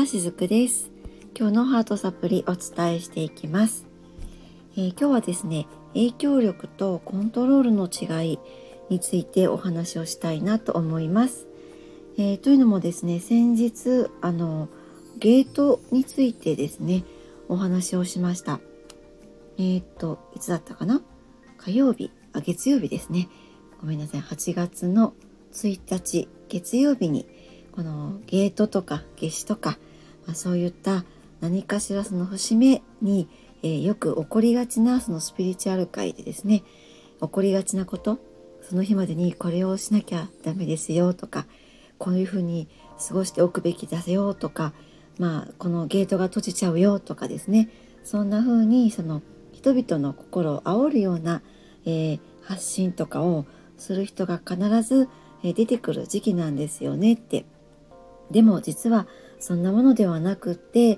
しずくです。今日のハートサプリお伝えしていきます。今日はですね、影響力とコントロールの違いについてお話をしたいなと思います。というのもですね、先日ゲートについてですねお話をしました。いつだったかな、月曜日ですね。ごめんなさい。8月の1日月曜日にこのゲートとか夏至とか、そういった何かしらその節目に、よく起こりがちなそのスピリチュアル界でですね、起こりがちなこと、その日までにこれをしなきゃダメですよとか、こういうふうに過ごしておくべきだよとか、このゲートが閉じちゃうよとかですね、そんな風にその人々の心を煽るような、発信とかをする人が必ず、出てくる時期なんですよねって。でも実はそんなものではなくって、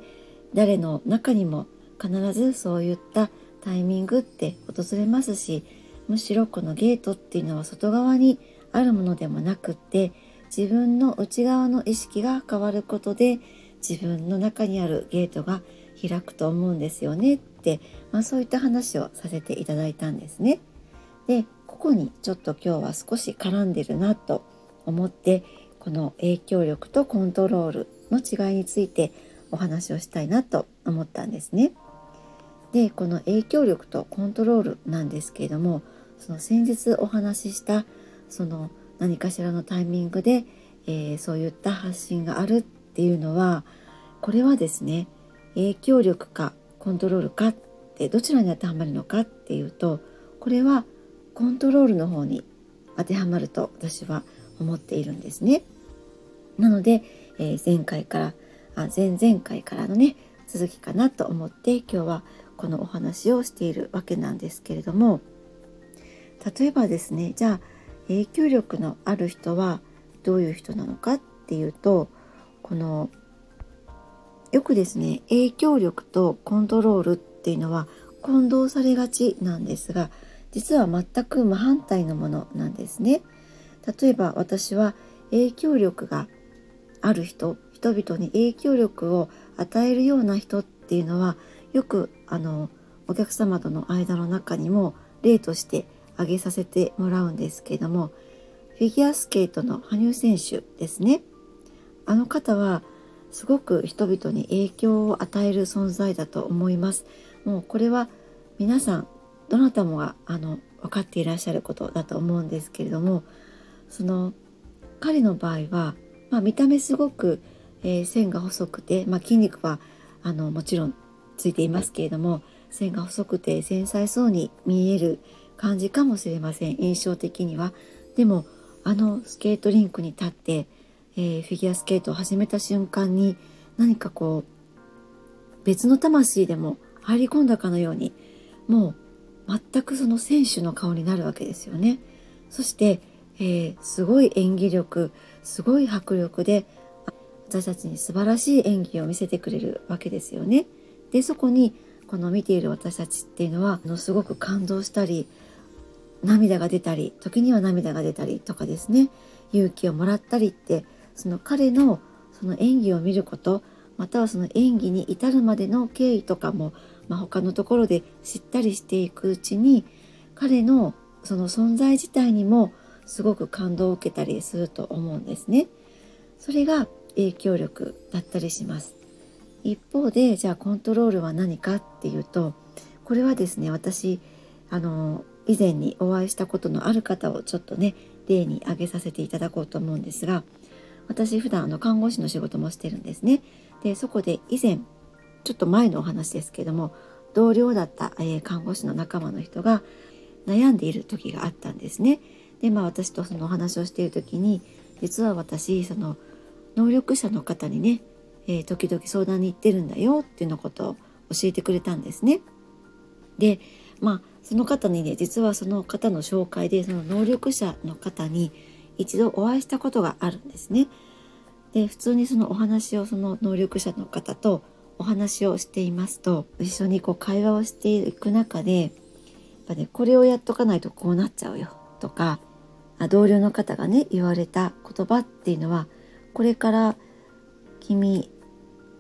誰の中にも必ずそういったタイミングって訪れますし、むしろこのゲートっていうのは外側にあるものでもなくって、自分の内側の意識が変わることで自分の中にあるゲートが開くと思うんですよねって、そういった話をさせていただいたんですね。で、ここにちょっと今日は少し絡んでるなと思って、この影響力とコントロールの違いについてお話をしたいなと思ったんですね。で、この影響力とコントロールなんですけれども、その先日お話ししたその何かしらのタイミングで、そういった発信があるっていうのは、これはですね、影響力かコントロールかってどちらに当てはまるのかっていうと、これはコントロールの方に当てはまると私は思っているんですね。なので、前々回からのね続きかなと思って今日はこのお話をしているわけなんですけれども、例えばですね、じゃあ影響力のある人はどういう人なのかっていうと、このよくですね、影響力とコントロールっていうのは混同されがちなんですが、実は全く真反対のものなんですね。例えば私は影響力がある人々に影響力を与えるような人っていうのは、よくお客様との間の中にも例として挙げさせてもらうんですけれども、フィギュアスケートの羽生選手ですね。あの方はすごく人々に影響を与える存在だと思います。もうこれは皆さんどなたもが分かっていらっしゃることだと思うんですけれども、その彼の場合は、見た目すごく、線が細くて、筋肉はもちろんついていますけれども、線が細くて繊細そうに見える感じかもしれません、印象的には。でもスケートリンクに立って、フィギュアスケートを始めた瞬間に何かこう別の魂でも入り込んだかのように、もう全くその選手の顔になるわけですよね。そして、すごい演技力、すごい迫力で私たちに素晴らしい演技を見せてくれるわけですよね。で、そこにこの見ている私たちっていうのはすごく感動したり、涙が出たり、時には涙が出たりとかですね、勇気をもらったりって、その彼のその演技を見ること、またはその演技に至るまでの経緯とかも、他のところで知ったりしていくうちに、彼のその存在自体にもすごく感動を受けたりすると思うんですね。それが影響力だったりします。一方で、じゃあコントロールは何かっていうと、これはですね、私以前にお会いしたことのある方をちょっとね例に挙げさせていただこうと思うんですが、私普段看護師の仕事もしてるんですね。で、そこで以前、ちょっと前のお話ですけども、同僚だった、看護師の仲間の人が悩んでいる時があったんですね。で、私とそのお話をしている時に、実は私その能力者の方にね、時々相談に行ってるんだよっていうのことを教えてくれたんですね。で、その方にね、実はその方の紹介でその能力者の方に一度お会いしたことがあるんですね。で、普通にそのお話をその能力者の方とお話をしていますと、一緒にこう会話をしていく中で、やっぱね、これをやっとかないとこうなっちゃうよとか、同僚の方がね言われた言葉っていうのは、これから君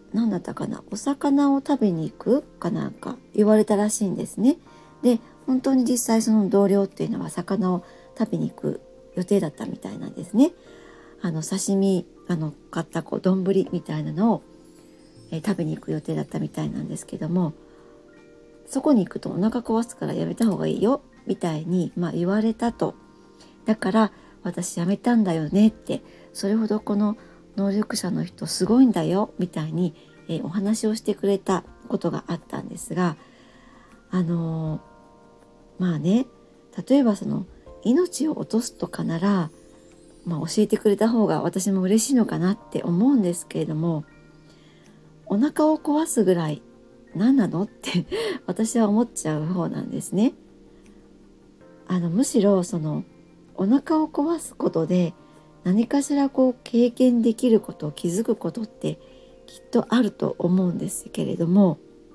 何だったかな、お魚を食べに行くかなんか言われたらしいんですね。で本当に実際その同僚っていうのは魚を食べに行く予定だったみたいなんですね。刺身買った丼みたいなのを、食べに行く予定だったみたいなんですけども、そこに行くとお腹壊すからやめた方がいいよみたいに、言われたと。だから私やめたんだよねって、それほどこの能力者の人すごいんだよみたいに、お話をしてくれたことがあったんですが、例えばその命を落とすとかなら、教えてくれた方が私も嬉しいのかなって思うんですけれども、お腹を壊すぐらい何なのって私は思っちゃう方なんですね。むしろそのお腹を壊すことで何かしら経験できること、気づくことってきっとあると思うんですけれども、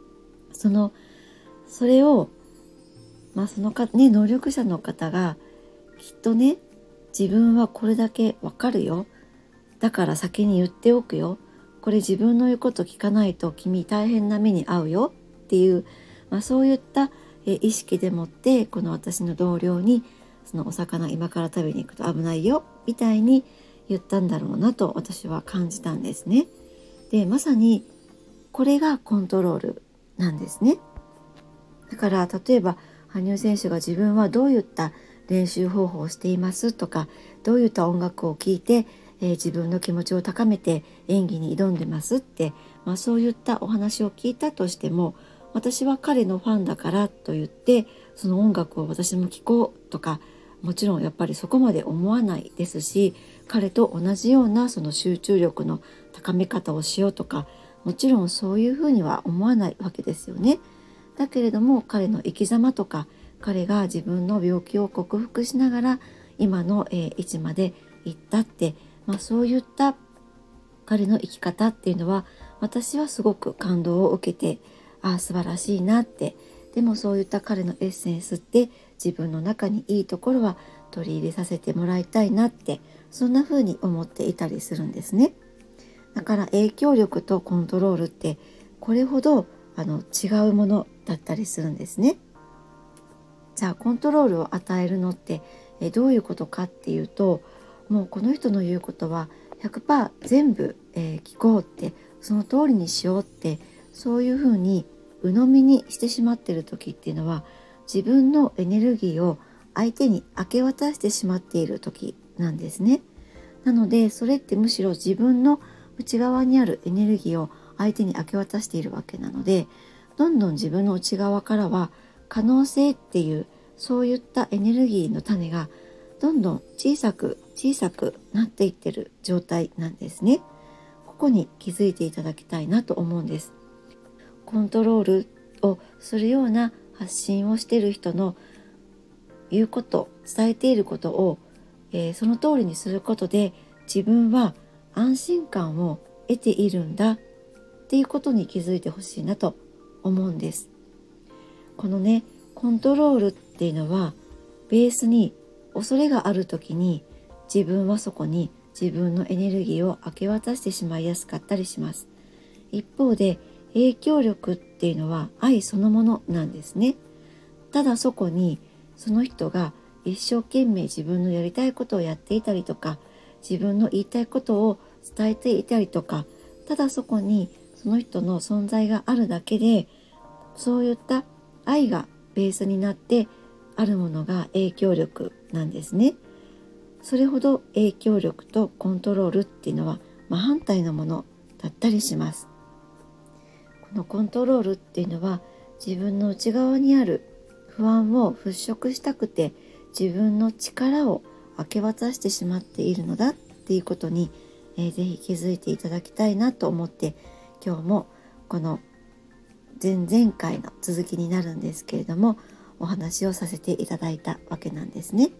それをその能力者の方がきっとね、自分はこれだけわかるよ、だから先に言っておくよ、これ自分の言うこと聞かないと君大変な目に遭うよっていう、そういった意識でもってこの私の同僚にそのお魚今から食べに行くと危ないよみたいに言ったんだろうなと私は感じたんですね。でまさにこれがコントロールなんですね。だから例えば羽生選手が自分はどういった練習方法をしていますとか、どういった音楽を聴いて、自分の気持ちを高めて演技に挑んでますって、そういったお話を聞いたとしても、私は彼のファンだからと言ってその音楽を私も聴こうとか、もちろんやっぱりそこまで思わないですし、彼と同じようなその集中力の高め方をしようとか、もちろんそういうふうには思わないわけですよね。だけれども彼の生き様とか、彼が自分の病気を克服しながら今の、位置まで行ったって、そういった彼の生き方っていうのは私はすごく感動を受けて、素晴らしいなって。でもそういった彼のエッセンスって自分の中にいいところは取り入れさせてもらいたいなって、そんな風に思っていたりするんですね。だから影響力とコントロールってこれほど違うものだったりするんですね。じゃあコントロールを与えるのってどういうことかっていうと、もうこの人の言うことは 100% 全部、聞こうって、その通りにしようって、そういうふうに鵜呑みにしてしまっている時っていうのは、自分のエネルギーを相手に明け渡してしまっている時なんですね。なのでそれってむしろ自分の内側にあるエネルギーを相手に明け渡しているわけなので、どんどん自分の内側からは可能性っていう、そういったエネルギーの種がどんどん小さく小さくなっていってる状態なんですね。ここに気づいていただきたいなと思うんです。コントロールをするような発信をしている人の言うこと、伝えていることを、その通りにすることで自分は安心感を得ているんだっていうことに気づいてほしいなと思うんです。このね、コントロールっていうのはベースに恐れがある時に自分はそこに自分のエネルギーを明け渡してしまいやすかったりします。一方で影響力っていうのは愛そのものなんですね。ただそこにその人が一生懸命自分のやりたいことをやっていたりとか、自分の言いたいことを伝えていたりとか、ただそこにその人の存在があるだけで、そういった愛がベースになってあるものが影響力なんですね。それほど影響力とコントロールっていうのは真反対のものだったりします。このコントロールっていうのは自分の内側にある不安を払拭したくて自分の力を明け渡してしまっているのだっていうことに、ぜひ気づいていただきたいなと思って、今日もこの前々回の続きになるんですけれども、お話をさせていただいたわけなんですね。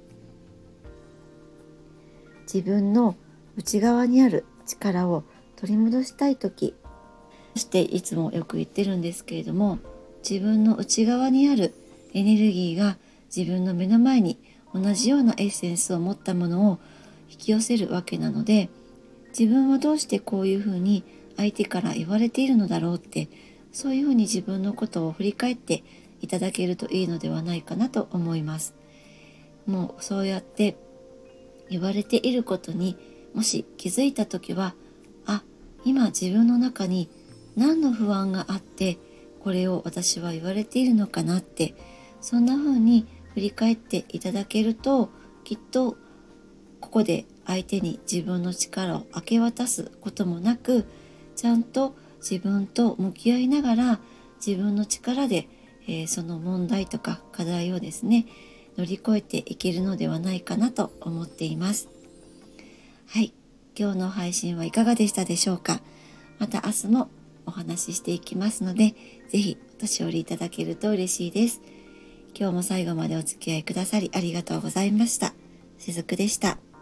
自分の内側にある力を取り戻したいとき、そしていつもよく言ってるんですけれども、自分の内側にあるエネルギーが自分の目の前に同じようなエッセンスを持ったものを引き寄せるわけなので、自分はどうしてこういうふうに相手から言われているのだろうって、そういうふうに自分のことを振り返っていただけるといいのではないかなと思います。もうそうやって言われていることにもし気づいた時は、あ、今自分の中に何の不安があってこれを私は言われているのかなって、そんな風に振り返っていただけると、きっとここで相手に自分の力を明け渡すこともなく、ちゃんと自分と向き合いながら自分の力で、その問題とか課題をですね乗り越えていけるのではないかなと思っています。はい、今日の配信はいかがでしたでしょうか。また明日もお話ししていきますので、ぜひお年寄りいただけると嬉しいです。今日も最後までお付き合いくださりありがとうございました。しずくでした。